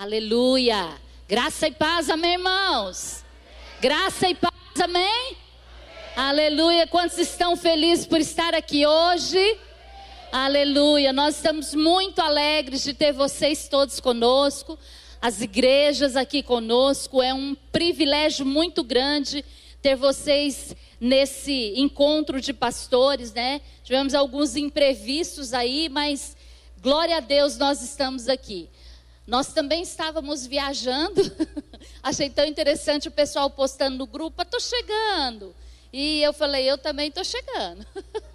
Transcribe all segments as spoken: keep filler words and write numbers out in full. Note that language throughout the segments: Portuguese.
Aleluia. Graça e paz, amém, irmãos? Graça e paz, amém? Amém. Aleluia. Quantos estão felizes por estar aqui hoje? Aleluia. Nós estamos muito alegres de ter vocês todos conosco. As igrejas aqui conosco. É um privilégio muito grande ter vocês nesse encontro de pastores, né? Tivemos alguns imprevistos aí, mas glória a Deus, nós estamos aqui. Nós também estávamos viajando, achei tão interessante o pessoal postando no grupo, estou chegando. E eu falei, eu também estou chegando.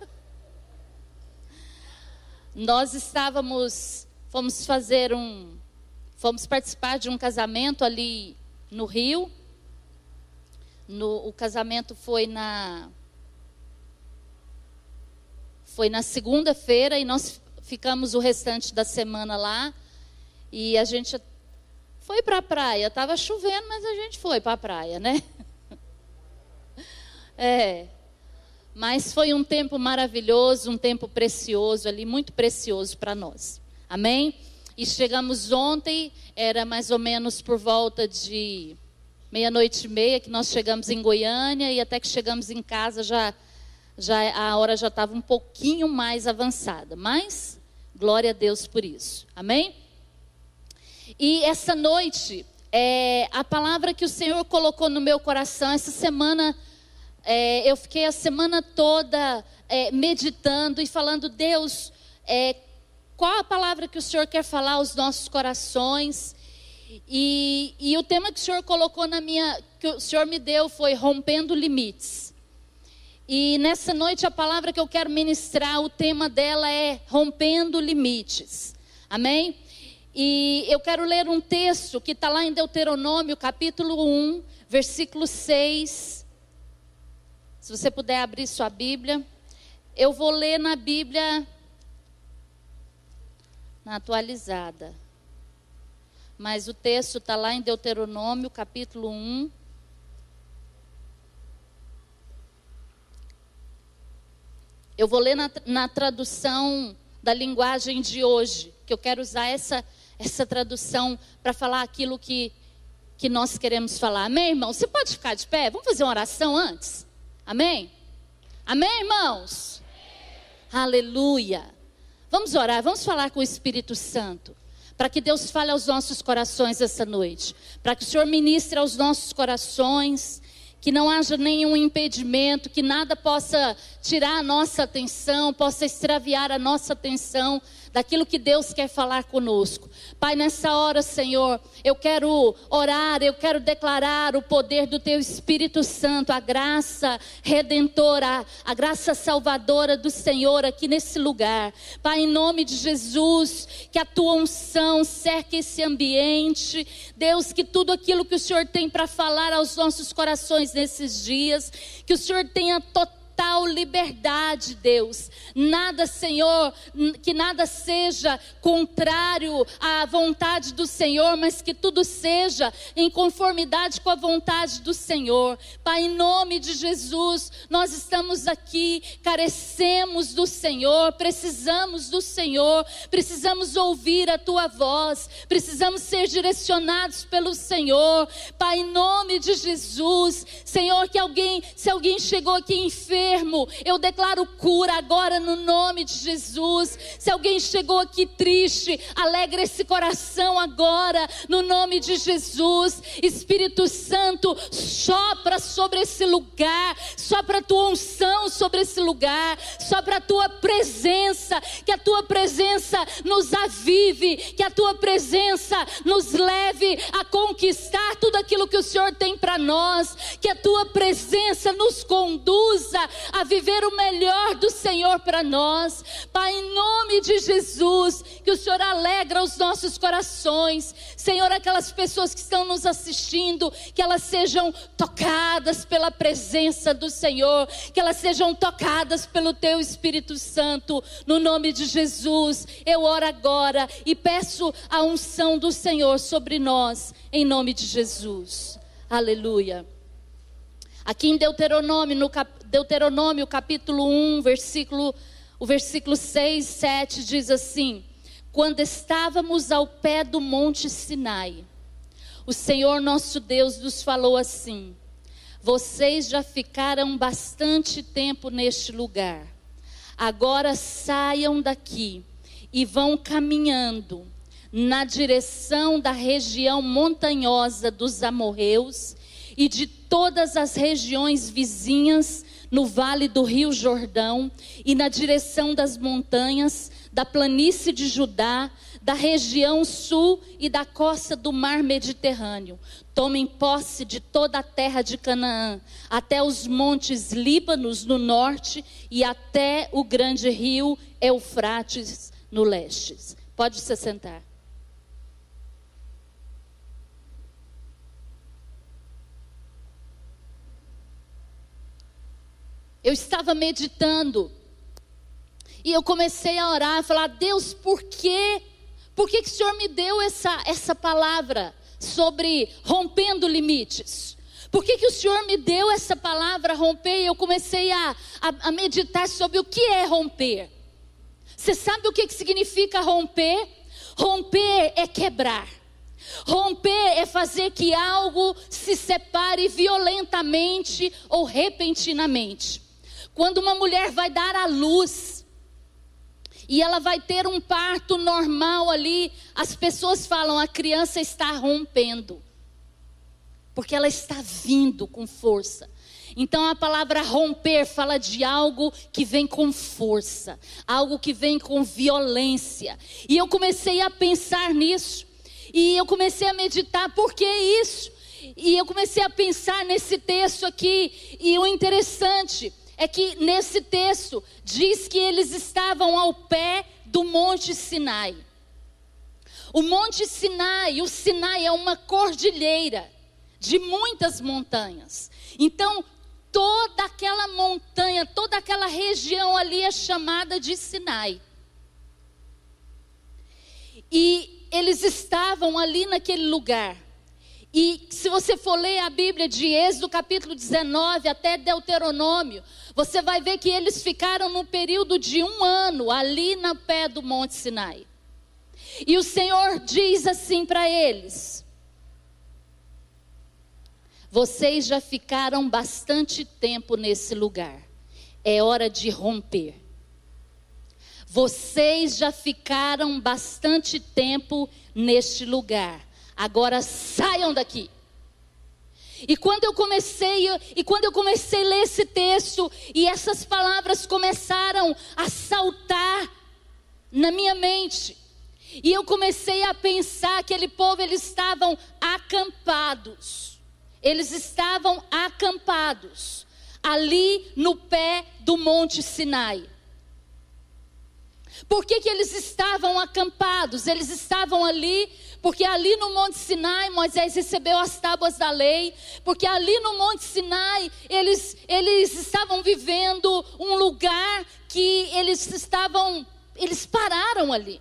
Nós estávamos, fomos fazer um, fomos participar de um casamento ali no Rio. No, o casamento foi na, foi na segunda-feira e nós ficamos o restante da semana lá. E a gente foi para a praia, estava chovendo, mas a gente foi para a praia, né? É, mas foi um tempo maravilhoso, um tempo precioso ali, muito precioso para nós, amém? E chegamos ontem, era mais ou menos por volta de meia-noite e meia que nós chegamos em Goiânia, e até que chegamos em casa já, já a hora já estava um pouquinho mais avançada, mas glória a Deus por isso, amém? E essa noite, é, a palavra que o Senhor colocou no meu coração, essa semana, é, eu fiquei a semana toda é, meditando e falando, Deus, é, qual a palavra que o Senhor quer falar aos nossos corações? E, e o tema que o Senhor colocou na minha, que o Senhor me deu foi rompendo limites. E nessa noite a palavra que eu quero ministrar, o tema dela é rompendo limites. Amém? E eu quero ler um texto que está lá em Deuteronômio, capítulo um, versículo seis. Se você puder abrir sua Bíblia. Eu vou ler na Bíblia, na atualizada. Mas o texto está lá em Deuteronômio, capítulo um. Eu vou ler na, na tradução da linguagem de hoje, que eu quero usar essa... essa tradução para falar aquilo que, que nós queremos falar. Amém, irmão? Você pode ficar de pé? Vamos fazer uma oração antes? Amém? Amém, irmãos? Amém. Aleluia. Vamos orar, vamos falar com o Espírito Santo. Para que Deus fale aos nossos corações essa noite. Para que o Senhor ministre aos nossos corações. Que não haja nenhum impedimento, que nada possa tirar a nossa atenção, possa extraviar a nossa atenção daquilo que Deus quer falar conosco. Pai, nessa hora, Senhor, eu quero orar, eu quero declarar o poder do Teu Espírito Santo, a graça redentora, a graça salvadora do Senhor aqui nesse lugar. Pai, em nome de Jesus, que a Tua unção cerque esse ambiente. Deus, que tudo aquilo que o Senhor tem para falar aos nossos corações nesses dias, que o Senhor tenha total Total liberdade, Deus. Nada, Senhor, que nada seja contrário à vontade do Senhor, mas que tudo seja em conformidade com a vontade do Senhor. Pai, em nome de Jesus, nós estamos aqui, carecemos do Senhor, precisamos do Senhor, precisamos ouvir a Tua voz, precisamos ser direcionados pelo Senhor. Pai, em nome de Jesus, Senhor, que alguém, se alguém chegou aqui enfermo, eu declaro cura agora no nome de Jesus. Se alguém chegou aqui triste, alegra esse coração agora no nome de Jesus. Espírito Santo, sopra sobre esse lugar, sopra a Tua unção sobre esse lugar, sopra a Tua presença, que a Tua presença nos avive, que a Tua presença nos leve a conquistar tudo aquilo que o Senhor tem para nós, que a Tua presença nos conduza a viver o melhor do Senhor para nós. Pai, em nome de Jesus, que o Senhor alegra os nossos corações. Senhor, aquelas pessoas que estão nos assistindo, que elas sejam tocadas pela presença do Senhor, que elas sejam tocadas pelo Teu Espírito Santo, no nome de Jesus. Eu oro agora e peço a unção do Senhor sobre nós, em nome de Jesus. Aleluia. Aqui em Deuteronômio, no cap... Deuteronômio capítulo um, versículo, o versículo seis, sete diz assim: quando estávamos ao pé do monte Sinai, o Senhor nosso Deus nos falou assim: vocês já ficaram bastante tempo neste lugar. Agora saiam daqui e vão caminhando na direção da região montanhosa dos amorreus e de todas as regiões vizinhas no vale do rio Jordão e na direção das montanhas, da planície de Judá, da região sul e da costa do mar Mediterrâneo. Tomem posse de toda a terra de Canaã, até os montes Líbanos no norte e até o grande rio Eufrates no leste. Pode se sentar. Eu estava meditando e eu comecei a orar, a falar: Deus, por quê? Por que que o Senhor me deu essa, essa palavra sobre rompendo limites? Por que que o Senhor me deu essa palavra romper? E eu comecei a, a, a meditar sobre o que é romper. Você sabe o que que significa romper? Romper é quebrar. Romper é fazer que algo se separe violentamente ou repentinamente. Quando uma mulher vai dar à luz e ela vai ter um parto normal ali, as pessoas falam: a criança está rompendo, porque ela está vindo com força. Então a palavra romper fala de algo que vem com força, algo que vem com violência. E eu comecei a pensar nisso, e eu comecei a meditar: por que isso? E eu comecei a pensar nesse texto aqui, e o interessante é que nesse texto diz que eles estavam ao pé do Monte Sinai. O Monte Sinai, o Sinai é uma cordilheira de muitas montanhas. Então toda aquela montanha, toda aquela região ali é chamada de Sinai. E eles estavam ali naquele lugar. E se você for ler a Bíblia de Êxodo capítulo dezenove até Deuteronômio, você vai ver que eles ficaram num período de um ano ali no pé do Monte Sinai. E o Senhor diz assim para eles: vocês já ficaram bastante tempo nesse lugar, é hora de romper. Vocês já ficaram bastante tempo neste lugar, agora saiam daqui. E quando eu comecei, e quando eu comecei a ler esse texto, e essas palavras começaram a saltar na minha mente, e eu comecei a pensar: aquele povo, eles estavam acampados, eles estavam acampados, ali no pé do Monte Sinai. Por que que eles estavam acampados? Eles estavam ali porque ali no Monte Sinai Moisés recebeu as tábuas da lei. Porque ali no Monte Sinai eles, eles estavam vivendo um lugar que eles estavam, eles pararam ali.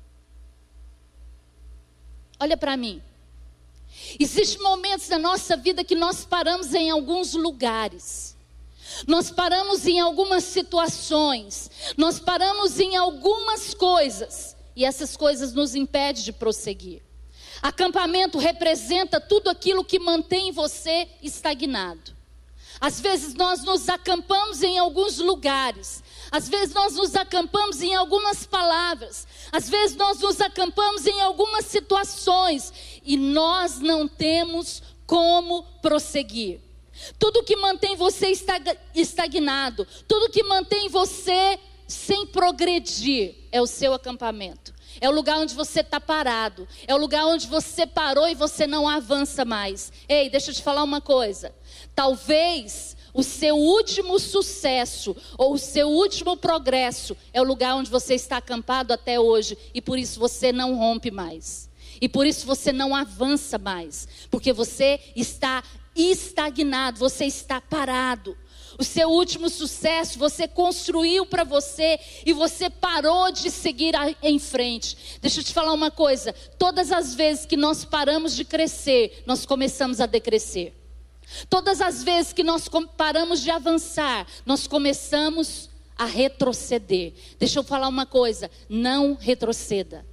Olha para mim. Existem momentos na nossa vida que nós paramos em alguns lugares. Nós paramos em algumas situações, nós paramos em algumas coisas, e essas coisas nos impedem de prosseguir. Acampamento representa tudo aquilo que mantém você estagnado. Às vezes nós nos acampamos em alguns lugares, às vezes nós nos acampamos em algumas palavras, às vezes nós nos acampamos em algumas situações, e nós não temos como prosseguir. Tudo que mantém você estagnado, tudo que mantém você sem progredir, é o seu acampamento. É o lugar onde você está parado, é o lugar onde você parou e você não avança mais. Ei, deixa eu te falar uma coisa. Talvez o seu último sucesso ou o seu último progresso é o lugar onde você está acampado até hoje, e por isso você não rompe mais. E por isso você não avança mais, porque você está estagnado, você está parado. O seu último sucesso você construiu para você e você parou de seguir em frente. Deixa eu te falar uma coisa: todas as vezes que nós paramos de crescer, nós começamos a decrescer. Todas as vezes que nós paramos de avançar, nós começamos a retroceder. Deixa eu falar uma coisa: não retroceda.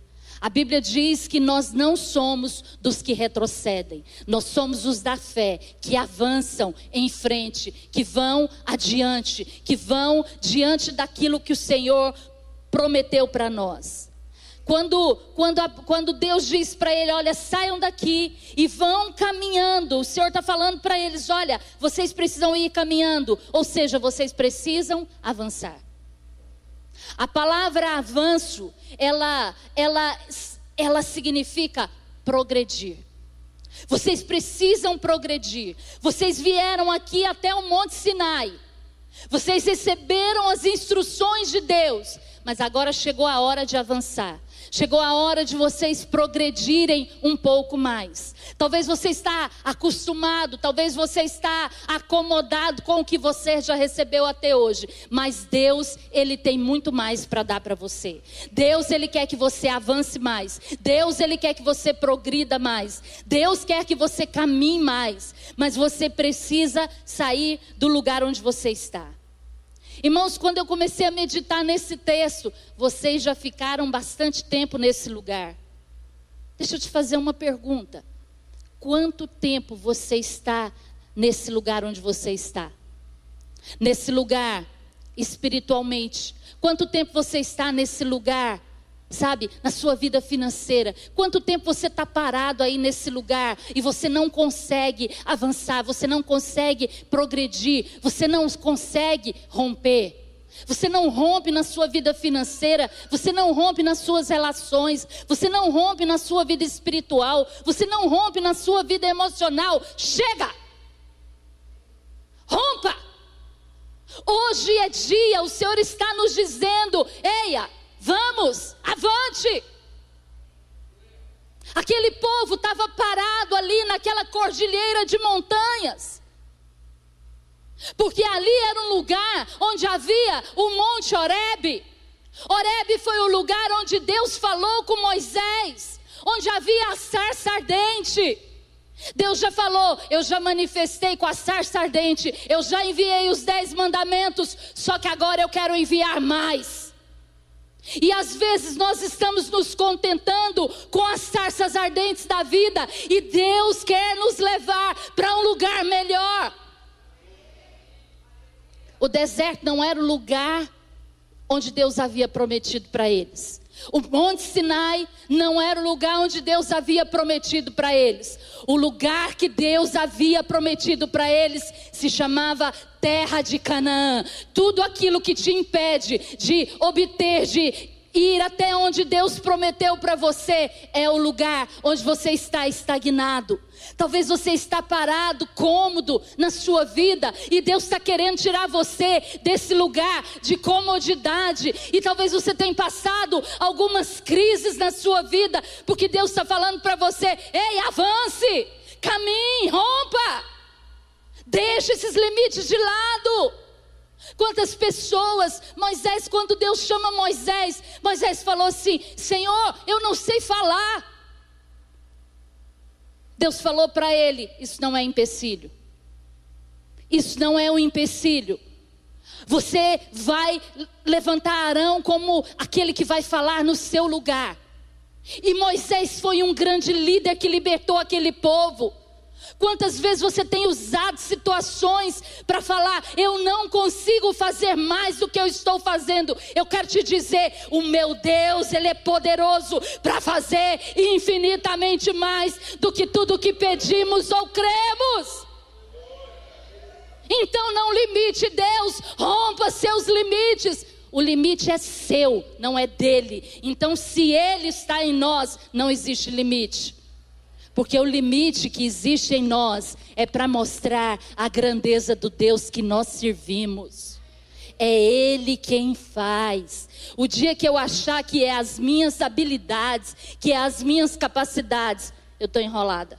A Bíblia diz que nós não somos dos que retrocedem. Nós somos os da fé, que avançam em frente, que vão adiante, que vão diante daquilo que o Senhor prometeu para nós. Quando, quando, a, quando Deus diz para ele, olha, saiam daqui e vão caminhando. O Senhor está falando para eles, olha, vocês precisam ir caminhando. Ou seja, vocês precisam avançar. A palavra avanço, ela, ela, ela significa progredir. Vocês precisam progredir. Vocês vieram aqui até o Monte Sinai. Vocês receberam as instruções de Deus. Mas agora chegou a hora de avançar. Chegou a hora de vocês progredirem um pouco mais. Talvez você está acostumado, talvez você está acomodado com o que você já recebeu até hoje. Mas Deus, Ele tem muito mais para dar para você. Deus, Ele quer que você avance mais. Deus, Ele quer que você progrida mais. Deus quer que você caminhe mais. Mas você precisa sair do lugar onde você está. Irmãos, quando eu comecei a meditar nesse texto, vocês já ficaram bastante tempo nesse lugar. Deixa eu te fazer uma pergunta. Quanto tempo você está nesse lugar onde você está? Nesse lugar espiritualmente. Quanto tempo você está nesse lugar, sabe, na sua vida financeira? Quanto tempo você está parado aí nesse lugar e você não consegue avançar, você não consegue progredir, você não consegue romper? Você não rompe na sua vida financeira, você não rompe nas suas relações, você não rompe na sua vida espiritual, você não rompe na sua vida emocional. Chega! Rompa! Hoje é dia, o Senhor está nos dizendo, eia, vamos, avante. Aquele povo estava parado ali naquela cordilheira de montanhas. Porque ali era um lugar onde havia o Monte Horebe. Horebe foi o lugar onde Deus falou com Moisés. Onde havia a sarça ardente. Deus já falou, eu já manifestei com a sarça ardente. Eu já enviei os dez mandamentos. Só que agora eu quero enviar mais. E às vezes nós estamos nos contentando com as sarças ardentes da vida. E Deus quer nos levar para um lugar melhor. O deserto não era o lugar onde Deus havia prometido para eles. O Monte Sinai não era o lugar onde Deus havia prometido para eles. O lugar que Deus havia prometido para eles se chamava Terra de Canaã. Tudo aquilo que te impede de obter, de ir até onde Deus prometeu para você, é o lugar onde você está estagnado. Talvez você está parado, cômodo na sua vida, e Deus está querendo tirar você desse lugar de comodidade. E talvez você tenha passado algumas crises na sua vida, porque Deus está falando para você, ei, avance, caminhe, rompa, deixe esses limites de lado. Quantas pessoas, Moisés, quando Deus chama Moisés, Moisés falou assim, Senhor, eu não sei falar. Deus falou para ele, isso não é empecilho. Isso não é um empecilho. Você vai levantar Arão como aquele que vai falar no seu lugar. E Moisés foi um grande líder que libertou aquele povo. Quantas vezes você tem usado situações para falar, eu não consigo fazer mais do que eu estou fazendo. Eu quero te dizer, o meu Deus, Ele é poderoso para fazer infinitamente mais do que tudo que pedimos ou cremos. Então não limite Deus, rompa seus limites. O limite é seu, não é dele. Então se Ele está em nós, não existe limite. Porque o limite que existe em nós é para mostrar a grandeza do Deus que nós servimos. É Ele quem faz. O dia que eu achar que é as minhas habilidades, que é as minhas capacidades, eu estou enrolada.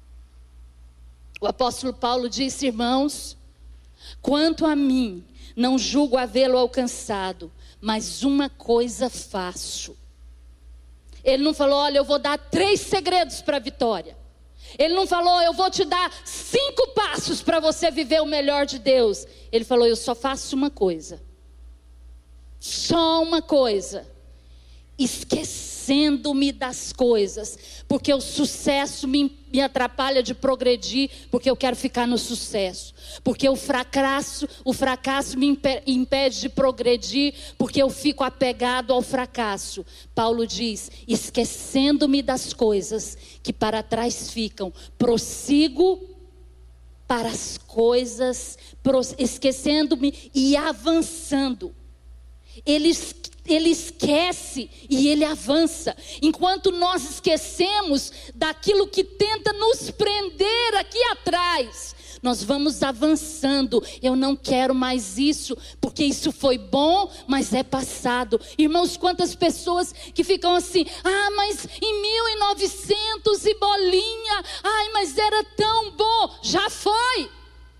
O apóstolo Paulo disse, irmãos, quanto a mim, não julgo havê-lo alcançado, mas uma coisa faço. Ele não falou, olha, eu vou dar três segredos para a vitória. Ele não falou, eu vou te dar cinco passos para você viver o melhor de Deus. Ele falou, eu só faço uma coisa. Só uma coisa. Esquecer esquecendo-me das coisas, porque o sucesso me, me atrapalha de progredir, porque eu quero ficar no sucesso, porque o fracasso, o fracasso me impede de progredir, porque eu fico apegado ao fracasso. Paulo diz: esquecendo-me das coisas que para trás ficam, prossigo para as coisas, esquecendo-me e avançando. Ele, ele esquece e ele avança. Enquanto nós esquecemos daquilo que tenta nos prender aqui atrás, nós vamos avançando. Eu não quero mais isso, porque isso foi bom, mas é passado. Irmãos, quantas pessoas que ficam assim: ah, mas em mil e novecentos e bolinha, ai, mas era tão bom. Já foi,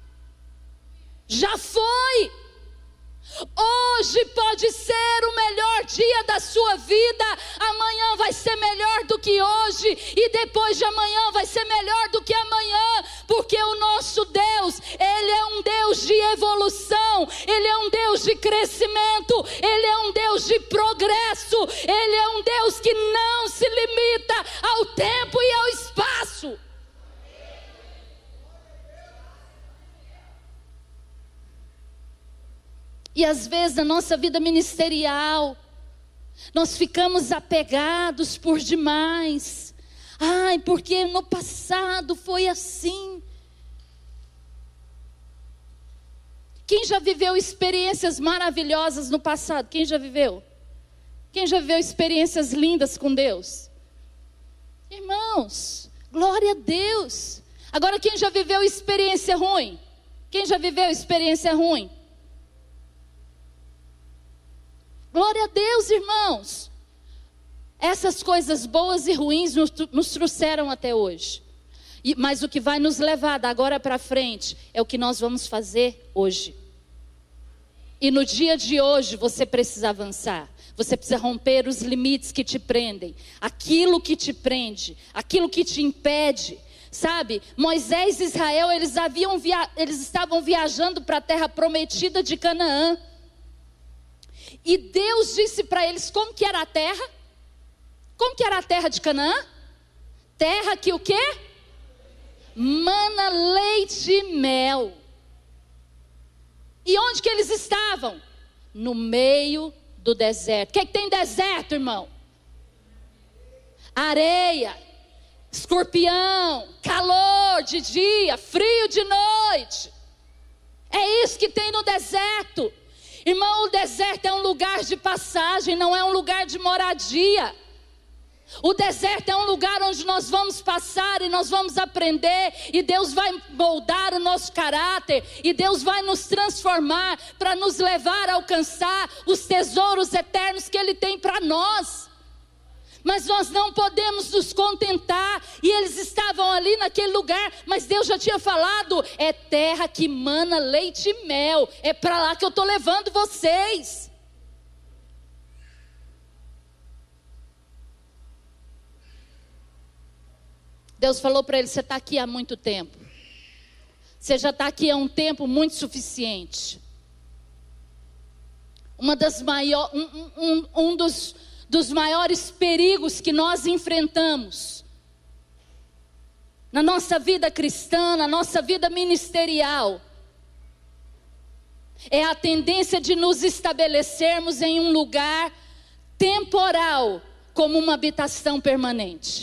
já foi. Hoje pode ser o melhor dia da sua vida, amanhã vai ser melhor do que hoje, e depois de amanhã vai ser melhor do que amanhã, porque o nosso Deus, Ele é um Deus de evolução, Ele é um Deus de crescimento, Ele é um Deus de progresso, Ele é um Deus que não se limita ao tempo e ao espaço. E às vezes na nossa vida ministerial, nós ficamos apegados por demais. Ai, porque no passado foi assim. Quem já viveu experiências maravilhosas no passado? Quem já viveu? Quem já viveu experiências lindas com Deus? Irmãos, glória a Deus. Agora, quem já viveu experiência ruim? Quem já viveu experiência ruim? Glória a Deus, irmãos. Essas coisas boas e ruins nos, nos trouxeram até hoje. E, mas o que vai nos levar da agora para frente é o que nós vamos fazer hoje. E no dia de hoje você precisa avançar. Você precisa romper os limites que te prendem. Aquilo que te prende, aquilo que te impede. Sabe, Moisés e Israel, eles, haviam via... eles estavam viajando para a terra prometida de Canaã. E Deus disse para eles como que era a terra. Como que era a terra de Canaã? Terra que o quê? Mana, leite e mel. E onde que eles estavam? No meio do deserto. O que, é que tem deserto, irmão? Areia, escorpião, calor de dia, frio de noite. É isso que tem no deserto. Irmão, o deserto é um lugar de passagem, não é um lugar de moradia. O deserto é um lugar onde nós vamos passar e nós vamos aprender, e Deus vai moldar o nosso caráter, e Deus vai nos transformar para nos levar a alcançar os tesouros eternos que Ele tem para nós. Mas nós não podemos nos contentar. E eles estavam ali naquele lugar, mas Deus já tinha falado: é terra que mana leite e mel. É para lá que eu estou levando vocês. Deus falou para ele: você está aqui há muito tempo. Você já está aqui há um tempo muito suficiente. Uma das maiores, um, um, um dos dos maiores perigos que nós enfrentamos na nossa vida cristã, na nossa vida ministerial, é a tendência de nos estabelecermos em um lugar temporal como uma habitação permanente.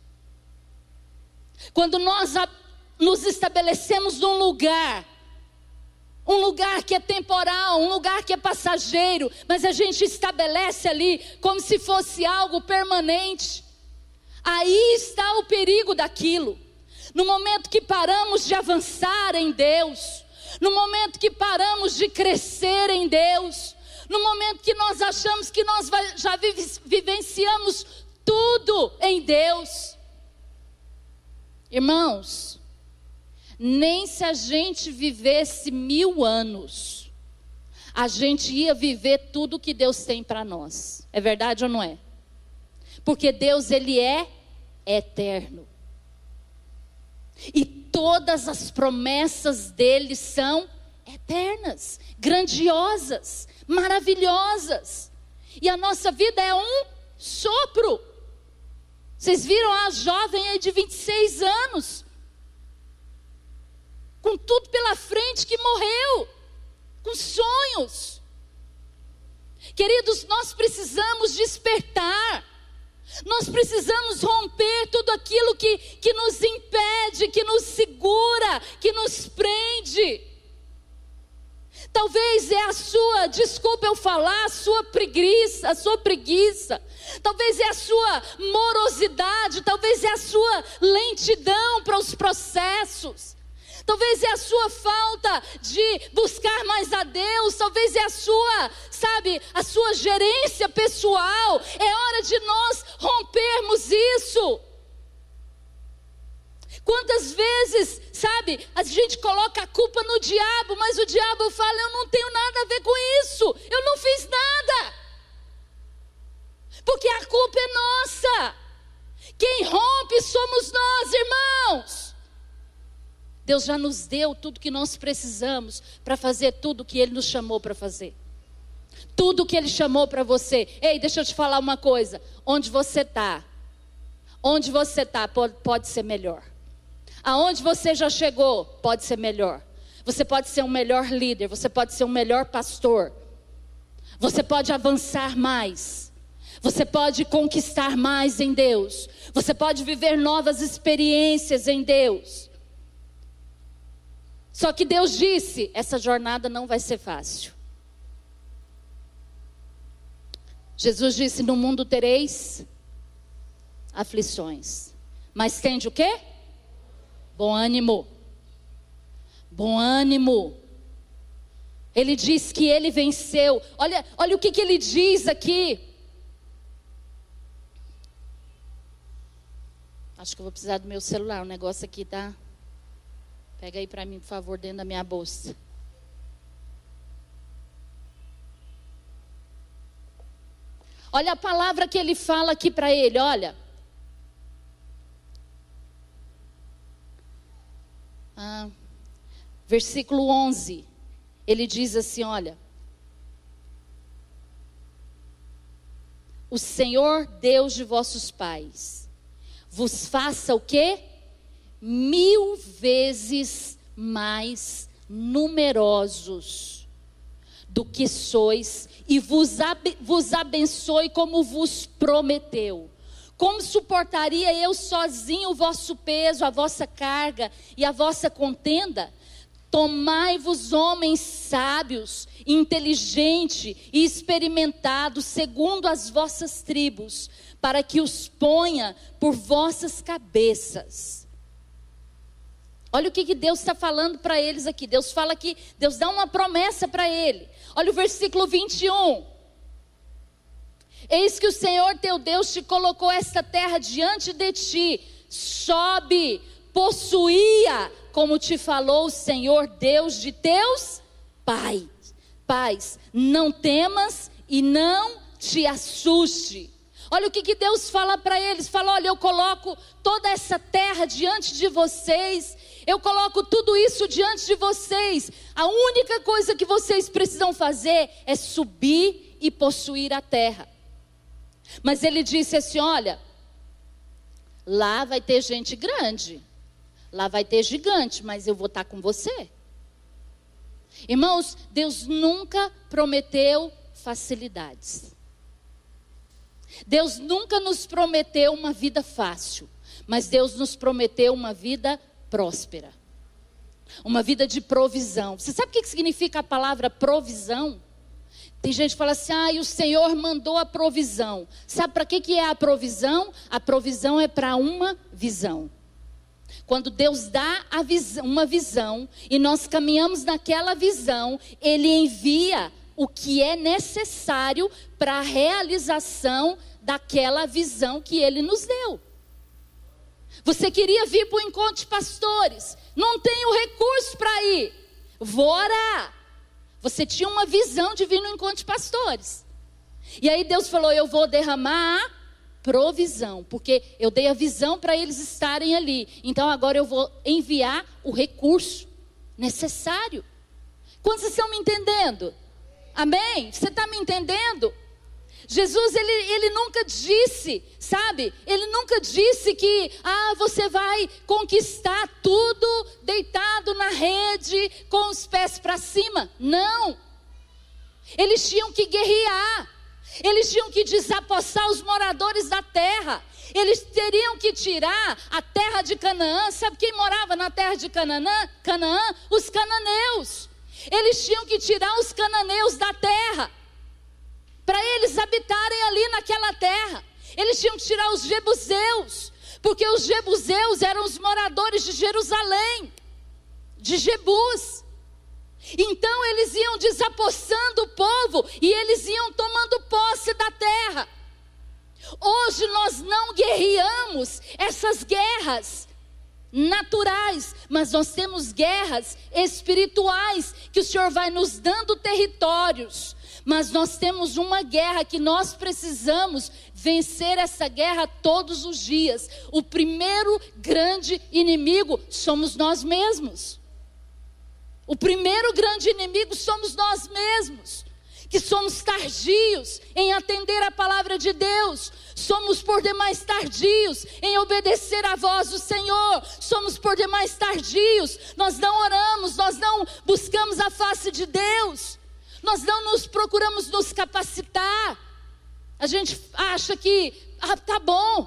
Quando nós a, nos estabelecemos num lugar, um lugar que é temporal, um lugar que é passageiro, mas a gente estabelece ali como se fosse algo permanente, aí está o perigo daquilo. No momento que paramos de avançar em Deus, no momento que paramos de crescer em Deus, no momento que nós achamos que nós já vivenciamos tudo em Deus, irmãos, nem se a gente vivesse mil anos, a gente ia viver tudo que Deus tem para nós. É verdade ou não é? Porque Deus, Ele é eterno. E todas as promessas dEle são eternas, grandiosas, maravilhosas. E a nossa vida é um sopro. Vocês viram a jovem aí de vinte e seis anos, com tudo pela frente, que morreu, com sonhos. Queridos, nós precisamos despertar. Nós precisamos romper tudo aquilo que, que nos impede, que nos segura, que nos prende. Talvez é a sua, desculpa eu falar, a sua preguiça, a sua preguiça. Talvez é a sua morosidade, talvez é a sua lentidão para os processos. Talvez é a sua falta de buscar mais a Deus. Talvez é a sua, sabe, a sua gerência pessoal. É hora de nós rompermos isso. Quantas vezes, sabe, a gente coloca a culpa no diabo, mas o diabo fala, eu não tenho nada a ver com isso. Eu não fiz nada. Porque a culpa é nossa. Quem rompe somos nós, irmãos. Deus já nos deu tudo que nós precisamos para fazer tudo o que Ele nos chamou para fazer. Tudo que Ele chamou para você. Ei, deixa eu te falar uma coisa. Onde você está, onde você está pode, pode ser melhor. Aonde você já chegou pode ser melhor. Você pode ser um melhor líder, você pode ser um melhor pastor. Você pode avançar mais. Você pode conquistar mais em Deus. Você pode viver novas experiências em Deus. Só que Deus disse, essa jornada não vai ser fácil. Jesus disse, no mundo tereis aflições. Mas tende o quê? Bom ânimo. Bom ânimo. Ele diz que ele venceu. Olha, olha o que, que ele diz aqui. Acho que eu vou precisar do meu celular. O negócio aqui tá... Pega aí para mim, por favor, dentro da minha bolsa. Olha a palavra que ele fala aqui para ele, olha. Ah, versículo onze. Ele diz assim, olha. O Senhor Deus de vossos pais vos faça o quê? Mil vezes mais numerosos do que sois, e vos, ab- vos abençoe como vos prometeu. Como suportaria eu sozinho o vosso peso, a vossa carga e a vossa contenda? Tomai-vos homens sábios, inteligentes e experimentados, segundo as vossas tribos, para que os ponha por vossas cabeças. Olha o que, que Deus está falando para eles aqui. Deus fala que, Deus dá uma promessa para ele. Olha o versículo vinte e um. Eis que o Senhor teu Deus te colocou esta terra diante de ti. Sobe, possuía, como te falou o Senhor Deus de teus pais. Pais, não temas e não te assuste. Olha o que, que Deus fala para eles. Fala, olha, eu coloco toda essa terra diante de vocês. Eu coloco tudo isso diante de vocês. A única coisa que vocês precisam fazer é subir e possuir a terra. Mas ele disse assim, olha, lá vai ter gente grande. Lá vai ter gigante, mas eu vou estar com você. Irmãos, Deus nunca prometeu facilidades. Deus nunca nos prometeu uma vida fácil. Mas Deus nos prometeu uma vida próspera. Uma vida de provisão. Você sabe o que significa a palavra provisão? Tem gente que fala assim, ah, e o Senhor mandou a provisão. Sabe para que, que é a provisão? A provisão é para uma visão. Quando Deus dá a visão, uma visão, e nós caminhamos naquela visão, Ele envia o que é necessário para a realização daquela visão que Ele nos deu. Você queria vir para o encontro de pastores, não tenho recurso para ir, vou orar. Você tinha uma visão de vir no encontro de pastores. E aí Deus falou, eu vou derramar a provisão, porque eu dei a visão para eles estarem ali. Então agora eu vou enviar o recurso necessário. Quantos estão me entendendo? Amém? Você está me entendendo? Jesus, ele, ele nunca disse, sabe? Ele nunca disse que, ah, você vai conquistar tudo deitado na rede, com os pés para cima. Não. Eles tinham que guerrear. Eles tinham que desapossar os moradores da terra. Eles teriam que tirar a terra de Canaã. Sabe quem morava na terra de Canaã? Canaã? Os cananeus. Eles tinham que tirar os cananeus da terra, para eles habitarem ali naquela terra. Eles tinham que tirar os jebuseus, porque os jebuseus eram os moradores de Jerusalém, de Jebus. Então eles iam desapossando o povo e eles iam tomando posse da terra. Hoje nós não guerreamos essas guerras naturais, mas nós temos guerras espirituais, que o Senhor vai nos dando territórios. Mas nós temos uma guerra que nós precisamos vencer essa guerra todos os dias. O primeiro grande inimigo somos nós mesmos. O primeiro grande inimigo somos nós mesmos, que somos tardios em atender a palavra de Deus. Somos por demais tardios em obedecer à voz do Senhor. Somos por demais tardios. Nós não oramos, nós não buscamos a face de Deus. Nós não nos procuramos nos capacitar. A gente acha que, ah, tá bom.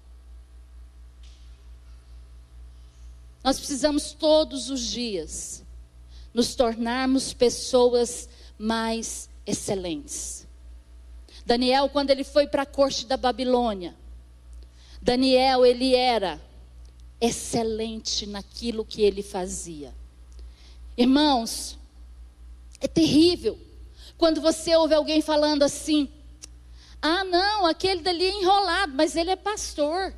Nós precisamos todos os dias nos tornarmos pessoas mais excelentes. Daniel, quando ele foi para a corte da Babilônia, Daniel, ele era excelente naquilo que ele fazia. Irmãos, é terrível quando você ouve alguém falando assim: ah não, aquele dali é enrolado, mas ele é pastor.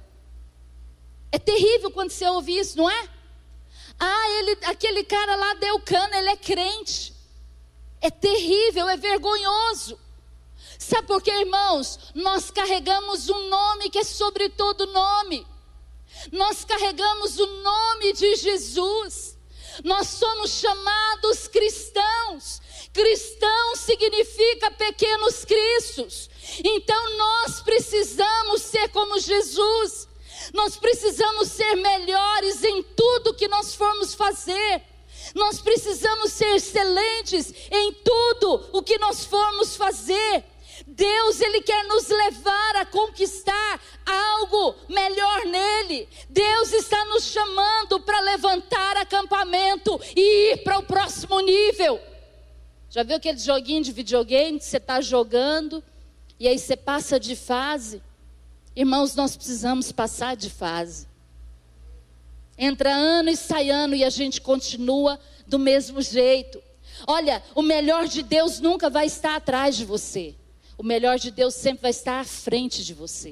É terrível quando você ouve isso, não é? Ah, ele, aquele cara lá deu cana, ele é crente. É terrível, é vergonhoso. Sabe por quê, irmãos? Nós carregamos um nome que é sobre todo nome. Nós carregamos o nome de Jesus. Nós somos chamados cristãos. Cristão significa pequenos cristos. Então nós precisamos ser como Jesus. Nós precisamos ser melhores em tudo que nós formos fazer. Nós precisamos ser excelentes em tudo o que nós formos fazer. Deus, Ele quer nos levar a conquistar algo melhor nele. Deus está nos chamando para levantar acampamento e ir para o próximo nível. Já viu aquele joguinho de videogame que você está jogando e aí você passa de fase? Irmãos, nós precisamos passar de fase. Entra ano e sai ano e a gente continua do mesmo jeito. Olha, o melhor de Deus nunca vai estar atrás de você. O melhor de Deus sempre vai estar à frente de você.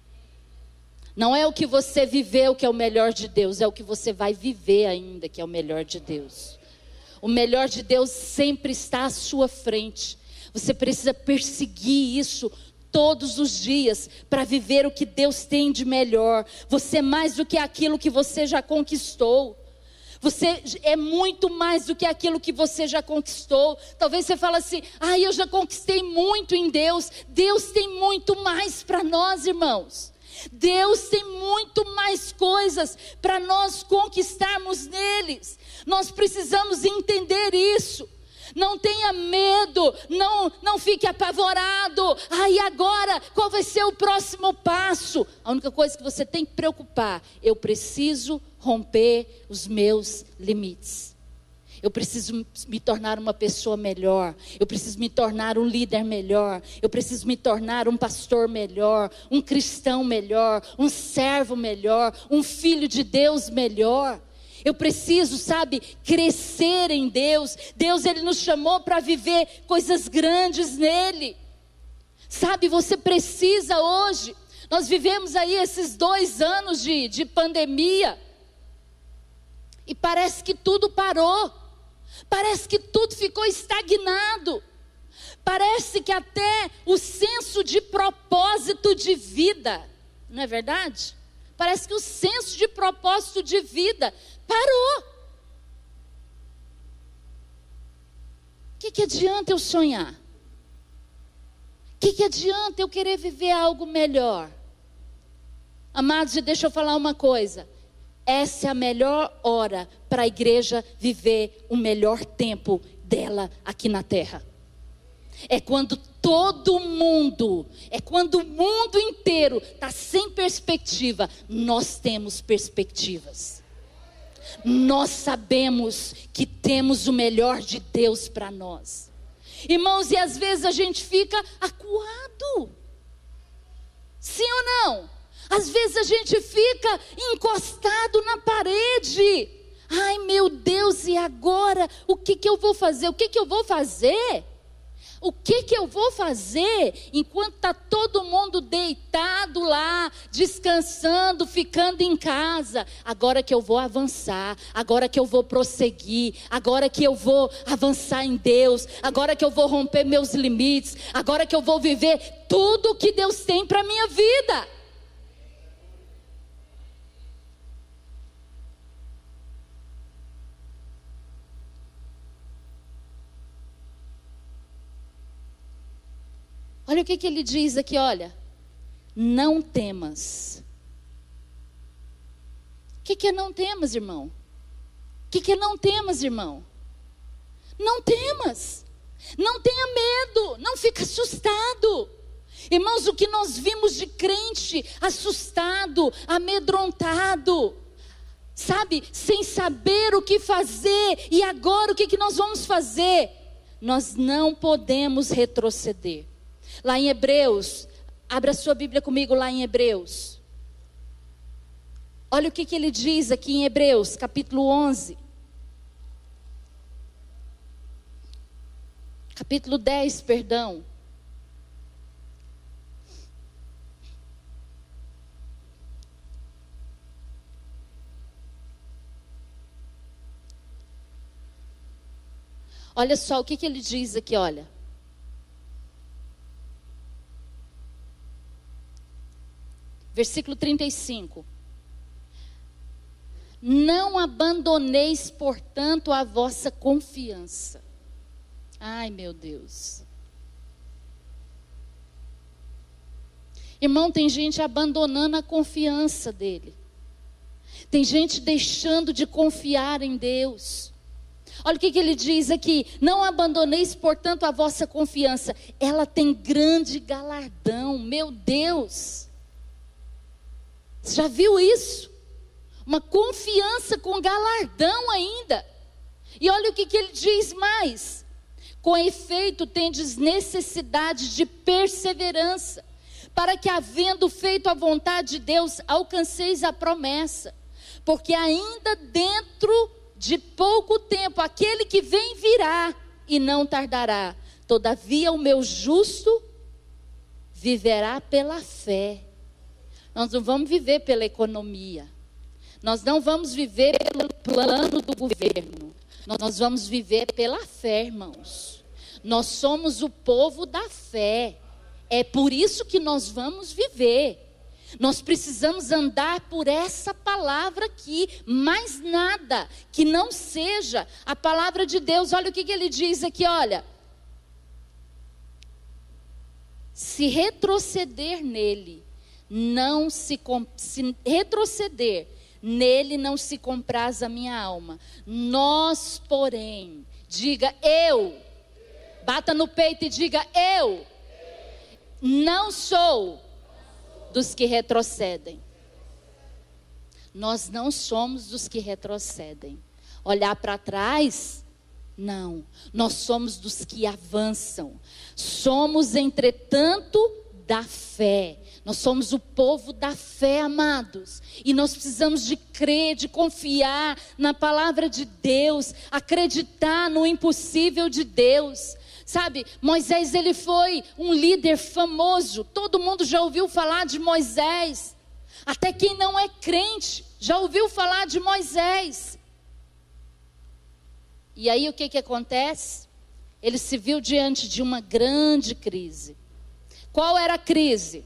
Não é o que você viveu que é o melhor de Deus, é o que você vai viver ainda que é o melhor de Deus. O melhor de Deus sempre está à sua frente. Você precisa perseguir isso todos os dias para viver o que Deus tem de melhor. Você é mais do que aquilo que você já conquistou. Você é muito mais do que aquilo que você já conquistou. Talvez você fale assim: ah, eu já conquistei muito em Deus. Deus tem muito mais para nós, irmãos. Deus tem muito mais coisas para nós conquistarmos neles. Nós precisamos entender isso. Não tenha medo, não, não fique apavorado. Ah, e agora, qual vai ser o próximo passo? A única coisa que você tem que preocupar: eu preciso romper os meus limites. Eu preciso me tornar uma pessoa melhor. Eu preciso me tornar um líder melhor. Eu preciso me tornar um pastor melhor, um cristão melhor, um servo melhor, um filho de Deus melhor. Eu preciso, sabe, crescer em Deus. Deus, Ele nos chamou para viver coisas grandes nele. Sabe, você precisa hoje. Nós vivemos aí esses dois anos de, de pandemia. E parece que tudo parou. Parece que tudo ficou estagnado. Parece que até o senso de propósito de vida, não é verdade? Parece que o senso de propósito de vida parou. O que, que adianta eu sonhar? O que, que adianta eu querer viver algo melhor? Amados, e deixa eu falar uma coisa. Essa é a melhor hora para a igreja viver o melhor tempo dela aqui na terra. É quando todo mundo, é quando o mundo inteiro está sem perspectiva. Nós temos perspectivas. Nós sabemos que temos o melhor de Deus para nós. Irmãos, e às vezes a gente fica acuado. Sim ou não? Às vezes a gente fica encostado na parede. Ai meu Deus, e agora? O que que eu vou fazer? O que que eu vou fazer? O que que eu vou fazer enquanto está todo mundo deitado lá, descansando, ficando em casa? Agora que eu vou avançar, agora que eu vou prosseguir, agora que eu vou avançar em Deus, agora que eu vou romper meus limites, agora que eu vou viver tudo o que Deus tem para a minha vida. Olha o que, que ele diz aqui, olha. Não temas. O que, que é não temas, irmão? O que, que é não temas, irmão? Não temas. Não tenha medo. Não fica assustado. Irmãos, o que nós vimos de crente assustado, amedrontado, sabe, sem saber o que fazer. E agora o que, que nós vamos fazer? Nós não podemos retroceder. Lá em Hebreus, abra a sua Bíblia comigo lá em Hebreus. Olha o que, que ele diz aqui em Hebreus, capítulo onze. Capítulo dez, perdão. Olha só o que, que ele diz aqui, olha. Versículo trinta e cinco. Não abandoneis, portanto, a vossa confiança. Ai, meu Deus. Irmão, tem gente abandonando a confiança dele. Tem gente deixando de confiar em Deus. Olha o que, que ele diz aqui. Não abandoneis, portanto, a vossa confiança. Ela tem grande galardão. Meu Deus. Você já viu isso? Uma confiança com galardão ainda. E olha o que, que ele diz mais. Com efeito, tendes necessidade de perseverança, para que, havendo feito a vontade de Deus, alcanceis a promessa. Porque ainda dentro de pouco tempo, aquele que vem virá e não tardará. Todavia o meu justo viverá pela fé. Nós não vamos viver pela economia. Nós não vamos viver pelo plano do governo. Nós vamos viver pela fé, irmãos. Nós somos o povo da fé. É por isso que nós vamos viver. Nós precisamos andar por essa palavra aqui. Mais nada que não seja a palavra de Deus. Olha o que, que ele diz aqui, olha. Se retroceder nele, não se, se retroceder, nele não se compraz a minha alma. Nós, porém, diga eu, bata no peito e diga eu, não sou dos que retrocedem. Nós não somos dos que retrocedem. Olhar para trás, não. Nós somos dos que avançam. Somos, entretanto, da fé. Nós somos o povo da fé, amados. E nós precisamos de crer, de confiar na palavra de Deus. Acreditar no impossível de Deus. Sabe, Moisés, ele foi um líder famoso. Todo mundo já ouviu falar de Moisés. Até quem não é crente já ouviu falar de Moisés. E aí o que que acontece? Ele se viu diante de uma grande crise. Qual era a crise?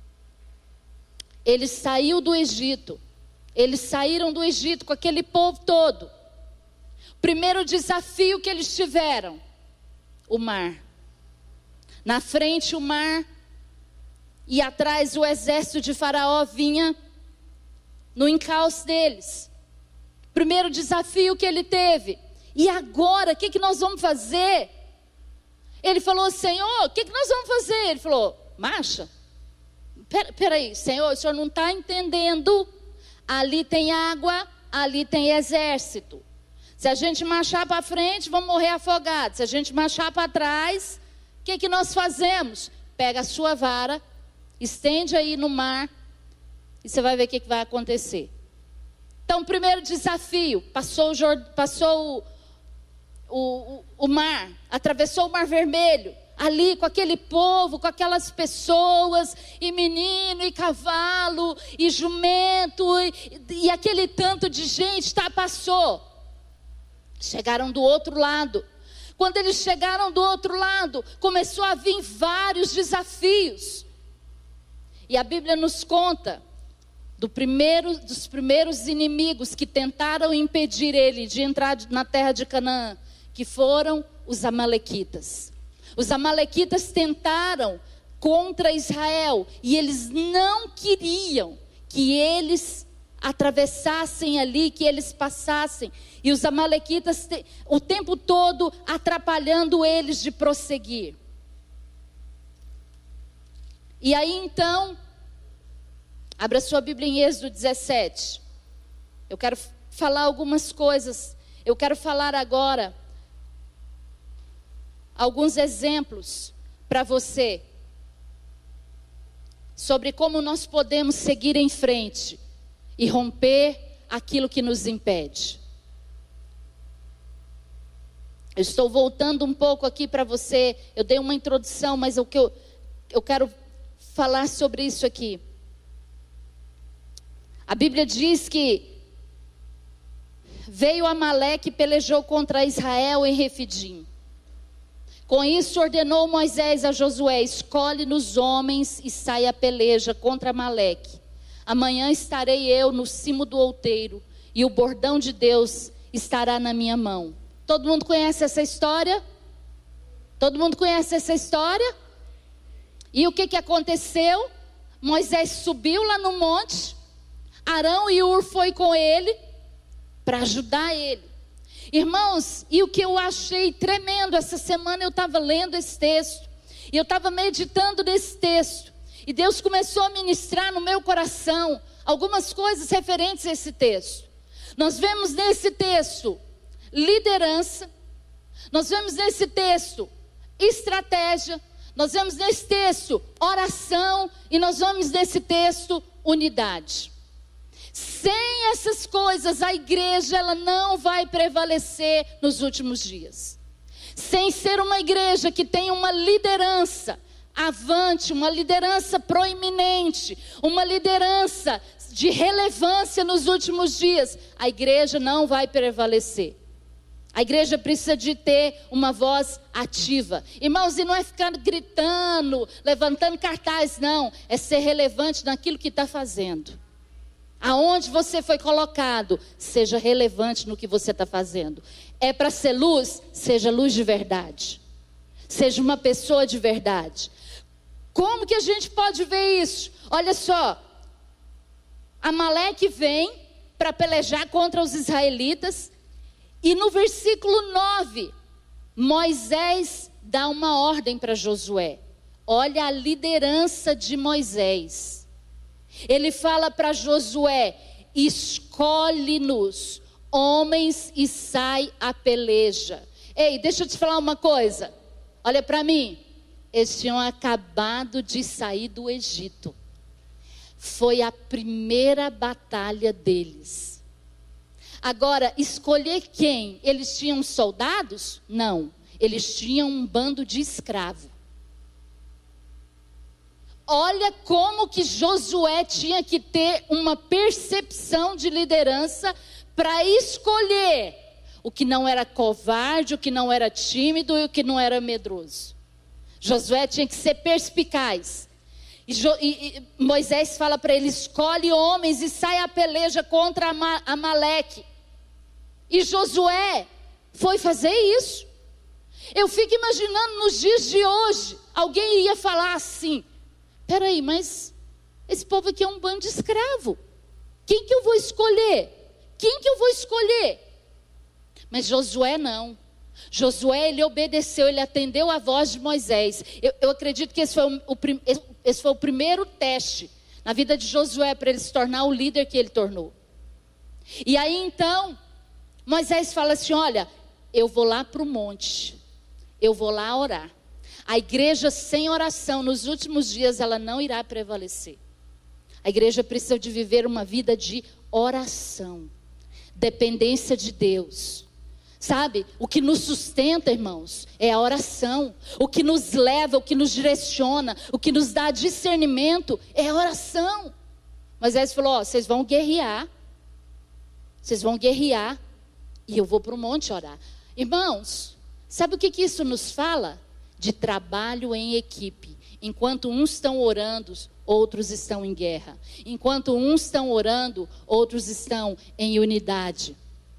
Ele saiu do Egito. Eles saíram do Egito com aquele povo todo. Primeiro desafio que eles tiveram: o mar. Na frente o mar, e atrás o exército de Faraó vinha no encalço deles. Primeiro desafio que ele teve. E agora, o que, que nós vamos fazer? Ele falou, Senhor, o que, que nós vamos fazer? Ele falou, marcha. Pera, peraí, Senhor, o Senhor não está entendendo. Ali tem água, ali tem exército. Se a gente marchar para frente, vamos morrer afogados. Se a gente marchar para trás, o que, que nós fazemos? Pega a sua vara, estende aí no mar, e você vai ver o que, que vai acontecer. Então, primeiro desafio, passou o, Jord... passou o, o, o mar, atravessou o Mar Vermelho, ali com aquele povo, com aquelas pessoas, e menino, e cavalo, e jumento, e, e aquele tanto de gente, tá, passou. Chegaram do outro lado. Quando eles chegaram do outro lado, começou a vir vários desafios. E a Bíblia nos conta do primeiro, dos primeiros inimigos que tentaram impedir ele de entrar na terra de Canaã, que foram os amalequitas. Os amalequitas tentaram contra Israel e eles não queriam que eles atravessassem ali, que eles passassem. E os amalequitas o tempo todo atrapalhando eles de prosseguir. E aí então, abra sua Bíblia em Êxodo dezessete. Eu quero falar algumas coisas. Eu quero falar agora alguns exemplos para você sobre como nós podemos seguir em frente e romper aquilo que nos impede. Eu estou voltando um pouco aqui para você. Eu dei uma introdução, mas o que eu, eu quero falar sobre isso aqui. A Bíblia diz que veio Amaleque e pelejou contra Israel em Refidim. Com isso ordenou Moisés a Josué, escolhe-nos homens e sai a peleja contra Amaleque. Amanhã estarei eu no cimo do outeiro e o bordão de Deus estará na minha mão. Todo mundo conhece essa história? Todo mundo conhece essa história? E o que, que aconteceu? Moisés subiu lá no monte, Arão e Hur foi com ele para ajudar ele. Irmãos, e o que eu achei tremendo, essa semana eu estava lendo esse texto, e eu estava meditando nesse texto, e Deus começou a ministrar no meu coração algumas coisas referentes a esse texto. Nós vemos nesse texto liderança, nós vemos nesse texto estratégia, nós vemos nesse texto oração, e nós vemos nesse texto unidade. Sem essas coisas, a igreja ela não vai prevalecer nos últimos dias. Sem ser uma igreja que tem uma liderança avante, uma liderança proeminente, uma liderança de relevância nos últimos dias, a igreja não vai prevalecer. A igreja precisa de ter uma voz ativa. Irmãos, e não é ficar gritando, levantando cartaz, não. É ser relevante naquilo que está fazendo. Aonde você foi colocado, seja relevante no que você está fazendo. É para ser luz, seja luz de verdade. Seja uma pessoa de verdade. Como que a gente pode ver isso? Olha só, Amaleque vem para pelejar contra os israelitas. E no versículo nove, Moisés dá uma ordem para Josué. Olha a liderança de Moisés. Ele fala para Josué, escolhe-nos homens e sai a peleja. Ei, deixa eu te falar uma coisa. Olha para mim. Eles tinham acabado de sair do Egito. Foi a primeira batalha deles. Agora, escolher quem? Eles tinham soldados? Não. Eles tinham um bando de escravos. Olha como que Josué tinha que ter uma percepção de liderança para escolher o que não era covarde, o que não era tímido e o que não era medroso. Josué tinha que ser perspicaz. E, jo, e, e Moisés fala para ele, escolhe homens e sai a peleja contra Amaleque. E Josué foi fazer isso. Eu fico imaginando nos dias de hoje, alguém ia falar assim: peraí, mas esse povo aqui é um bando de escravo. Quem que eu vou escolher? Quem que eu vou escolher? Mas Josué não. Josué, ele obedeceu, ele atendeu a voz de Moisés. Eu, eu acredito que esse foi o, o, esse foi o primeiro teste na vida de Josué para ele se tornar o líder que ele tornou. E aí então, Moisés fala assim: olha, eu vou lá para o monte, eu vou lá orar. A igreja sem oração nos últimos dias, ela não irá prevalecer. A igreja precisa de viver uma vida de oração, dependência de Deus. Sabe, o que nos sustenta, irmãos, é a oração. O que nos leva, o que nos direciona, o que nos dá discernimento é a oração. Moisés falou: ó, vocês vão guerrear. Vocês vão guerrear e eu vou para o monte orar. Irmãos, sabe o que, que isso nos fala? De trabalho em equipe. Enquanto uns estão orando, outros estão em guerra. Enquanto uns estão orando, outros estão em unidade.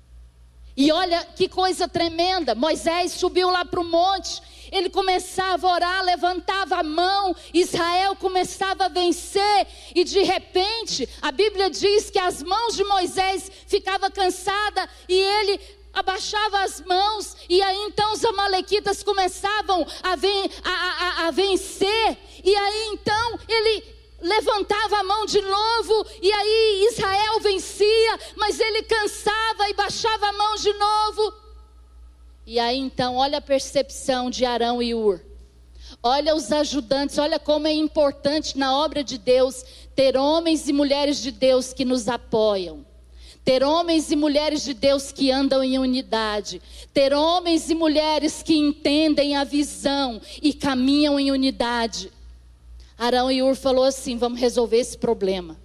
E olha que coisa tremenda, Moisés subiu lá para o monte, ele começava a orar, levantava a mão, Israel começava a vencer, e de repente, a Bíblia diz que as mãos de Moisés ficavam cansadas, e ele abaixava as mãos, e aí então os amalequitas começavam a, ven- a, a, a vencer, e aí então ele levantava a mão de novo, e aí Israel vencia, mas ele cansava e baixava a mão de novo. E aí então, olha a percepção de Arão e Hur. Olha os ajudantes, olha como é importante na obra de Deus ter homens e mulheres de Deus que nos apoiam. Ter homens e mulheres de Deus que andam em unidade. Ter homens e mulheres que entendem a visão e caminham em unidade. Arão e Hur falou assim: vamos resolver esse problema.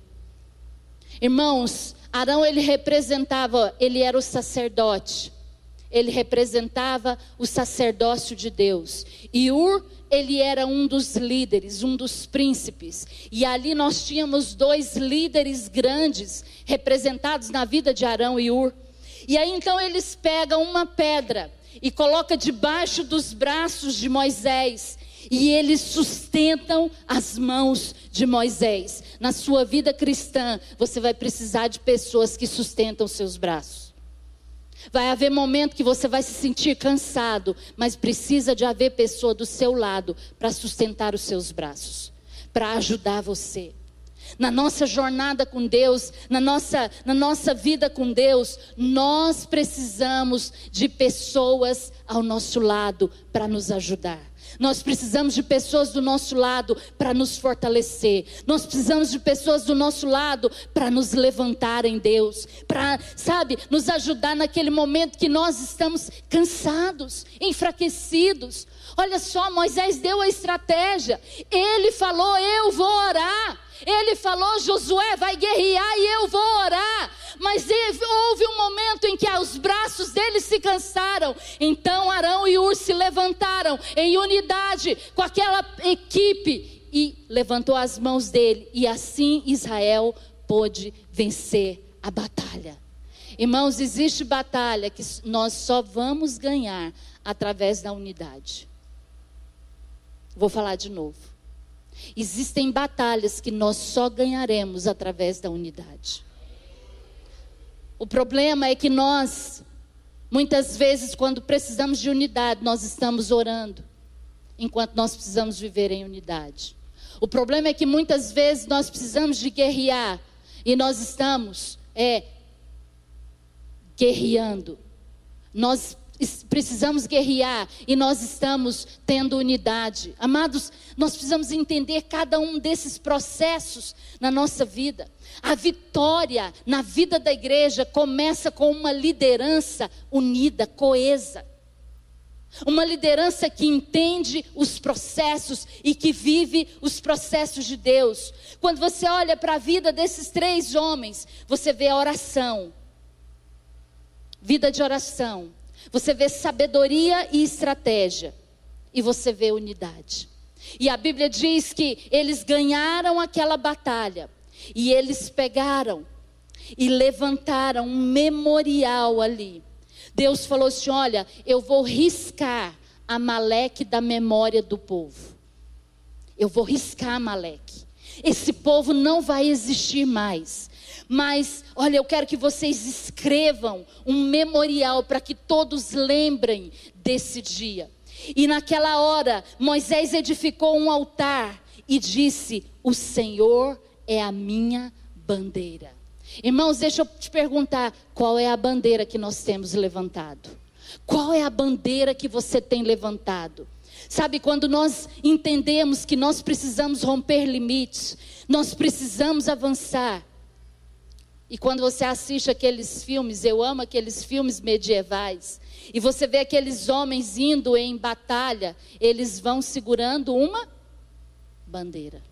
Irmãos, Arão ele representava, ele era o sacerdote. Ele representava o sacerdócio de Deus. E Hur, ele era um dos líderes, um dos príncipes. E ali nós tínhamos dois líderes grandes representados na vida de Arão e Hur. E aí então eles pegam uma pedra e colocam debaixo dos braços de Moisés. E eles sustentam as mãos de Moisés. Na sua vida cristã, você vai precisar de pessoas que sustentam seus braços. Vai haver momento que você vai se sentir cansado, mas precisa de haver pessoa do seu lado para sustentar os seus braços, para ajudar você. Na nossa jornada com Deus, na nossa, na nossa vida com Deus, nós precisamos de pessoas ao nosso lado para nos ajudar. Nós precisamos de pessoas do nosso lado para nos fortalecer. Nós precisamos de pessoas do nosso lado para nos levantar em Deus. Para, sabe, nos ajudar naquele momento que nós estamos cansados, enfraquecidos. Olha só, Moisés deu a estratégia. Ele falou: eu vou orar. Ele falou: Josué vai guerrear e eu vou orar. Mas houve um momento em que os braços deles se cansaram. Então Arão e Hur se levantaram em unidade com aquela equipe e levantou as mãos dele. E assim Israel pôde vencer a batalha. Irmãos, existe batalha que nós só vamos ganhar através da unidade. Vou falar de novo. Existem batalhas que nós só ganharemos através da unidade. O problema é que nós, muitas vezes, quando precisamos de unidade, nós estamos orando, enquanto nós precisamos viver em unidade. O problema é que muitas vezes nós precisamos de guerrear, e nós estamos é, guerreando. Nós precisamos guerrear e nós estamos tendo unidade. Amados, nós precisamos entender cada um desses processos na nossa vida. A vitória na vida da igreja começa com uma liderança unida, coesa. Uma liderança que entende os processos e que vive os processos de Deus. Quando você olha para a vida desses três homens, você vê a oração. Vida de oração. Você vê sabedoria e estratégia. E você vê unidade. E a Bíblia diz que eles ganharam aquela batalha. E eles pegaram e levantaram um memorial ali. Deus falou assim: olha, eu vou riscar Amaleque da memória do povo. Eu vou riscar Amaleque. Esse povo não vai existir mais. Mas, olha, eu quero que vocês escrevam um memorial para que todos lembrem desse dia. E naquela hora, Moisés edificou um altar e disse: o Senhor é a minha bandeira. Irmãos, deixa eu te perguntar, qual é a bandeira que nós temos levantado? Qual é a bandeira que você tem levantado? Sabe, quando nós entendemos que nós precisamos romper limites, nós precisamos avançar. E quando você assiste aqueles filmes, eu amo aqueles filmes medievais, e você vê aqueles homens indo em batalha, eles vão segurando uma bandeira.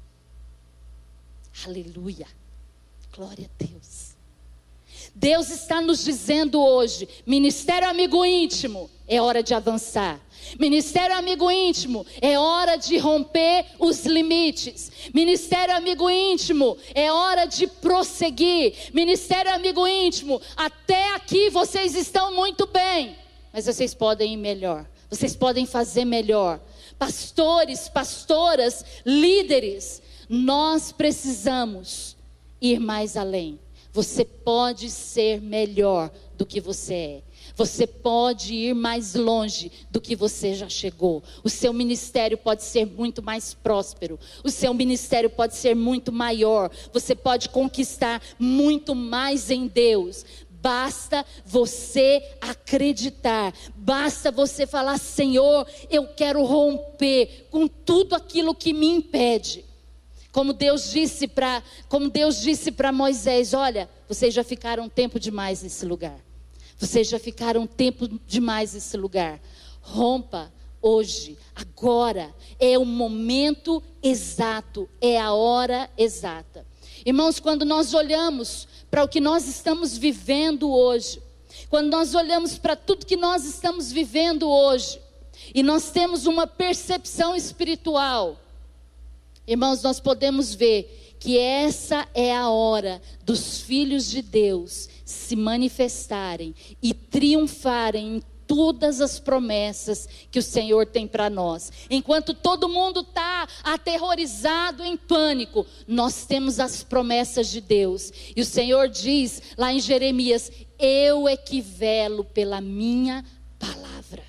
Aleluia, glória a Deus. Deus está nos dizendo hoje: Ministério Amigo Íntimo, é hora de avançar. Ministério Amigo Íntimo, é hora de romper os limites. Ministério Amigo Íntimo, é hora de prosseguir. Ministério Amigo Íntimo, até aqui vocês estão muito bem, mas vocês podem ir melhor, vocês podem fazer melhor. Pastores, pastoras, líderes, nós precisamos ir mais além. Você pode ser melhor do que você é. Você pode ir mais longe do que você já chegou. O seu ministério pode ser muito mais próspero. O seu ministério pode ser muito maior. Você pode conquistar muito mais em Deus. Basta você acreditar. Basta você falar: Senhor, eu quero romper com tudo aquilo que me impede. Como Deus disse para, como Deus disse para Moisés: olha, vocês já ficaram tempo demais nesse lugar. Vocês já ficaram tempo demais nesse lugar. Rompa hoje, agora. É o momento exato, é a hora exata. Irmãos, quando nós olhamos para o que nós estamos vivendo hoje, quando nós olhamos para tudo que nós estamos vivendo hoje, e nós temos uma percepção espiritual, irmãos, nós podemos ver que essa é a hora dos filhos de Deus se manifestarem e triunfarem em todas as promessas que o Senhor tem para nós. Enquanto todo mundo está aterrorizado, em pânico, nós temos as promessas de Deus. E o Senhor diz lá em Jeremias: eu é que velo pela minha palavra.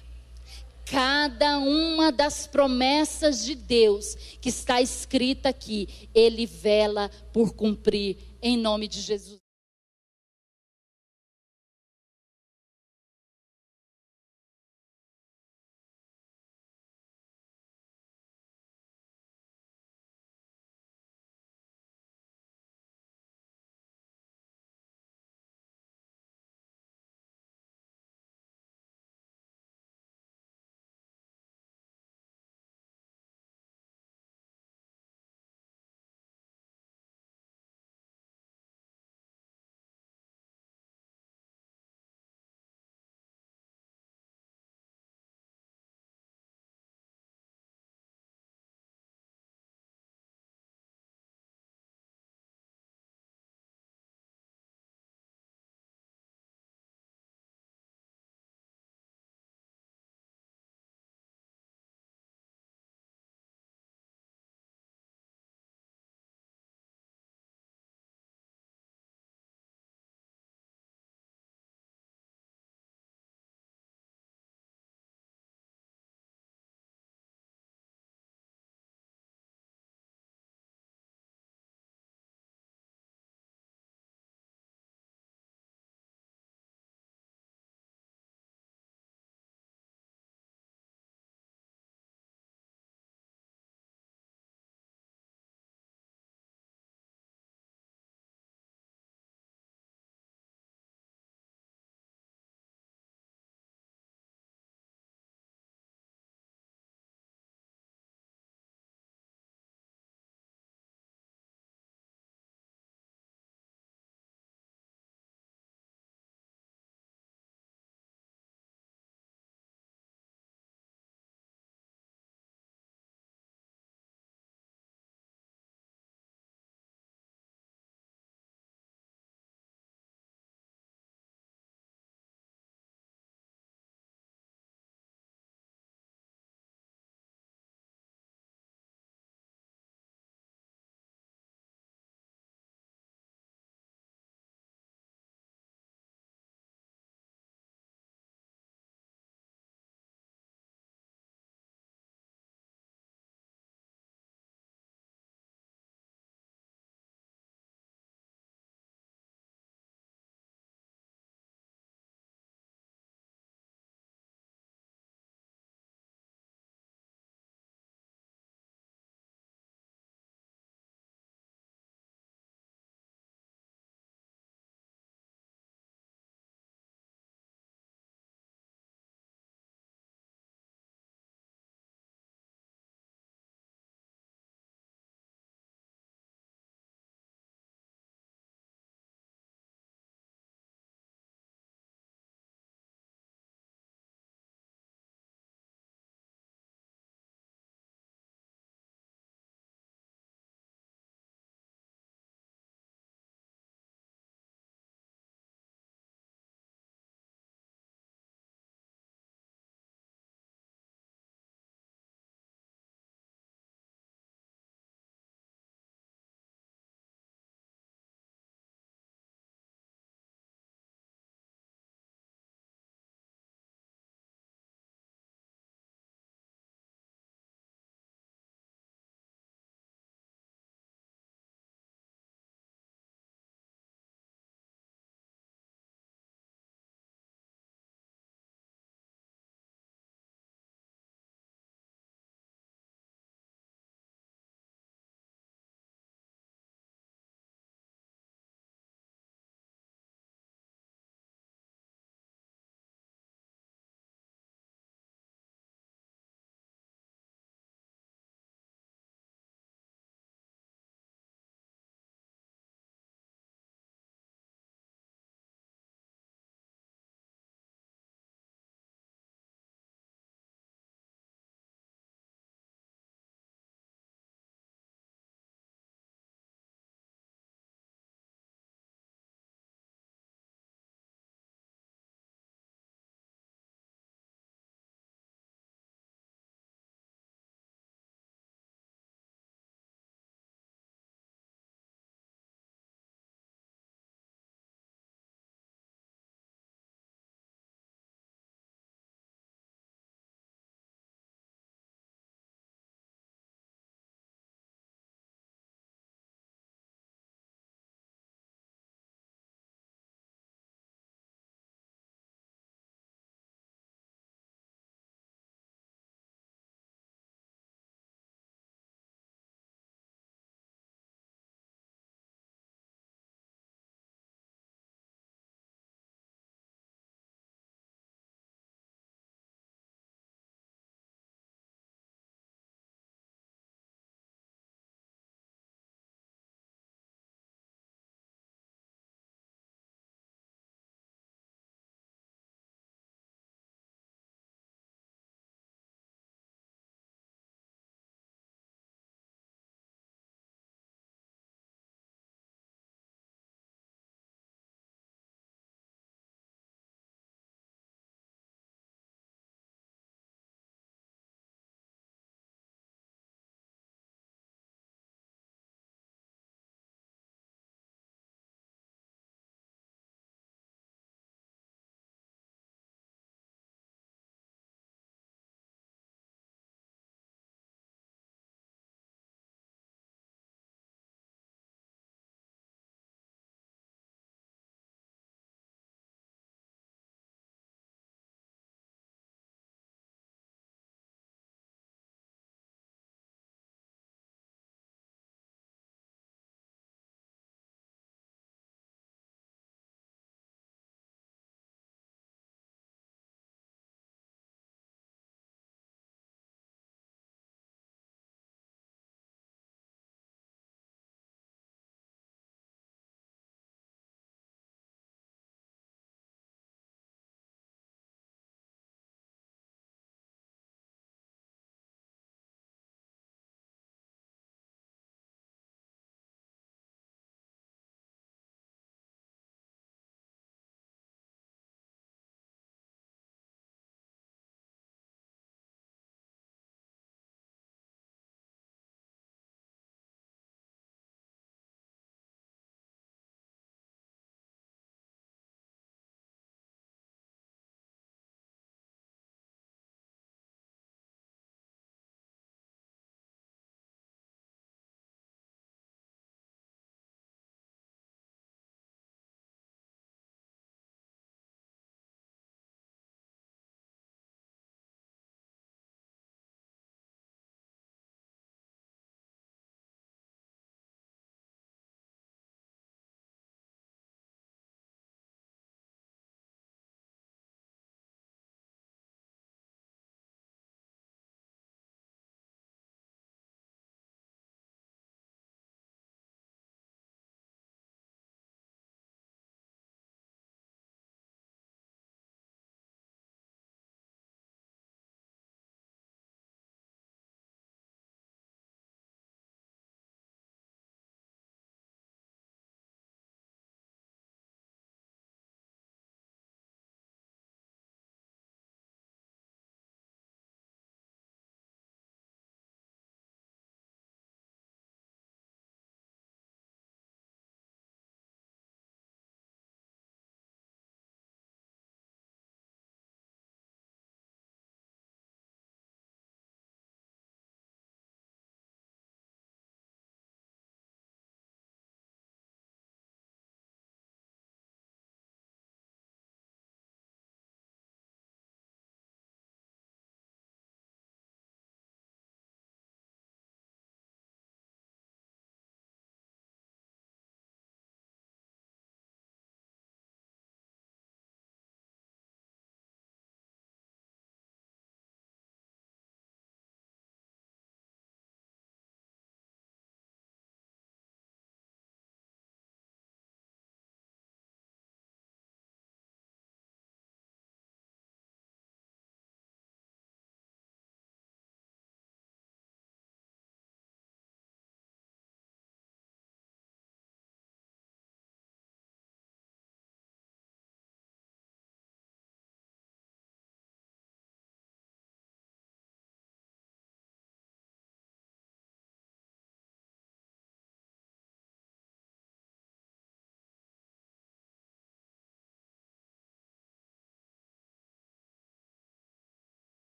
Cada uma das promessas de Deus que está escrita aqui, Ele vela por cumprir, em nome de Jesus.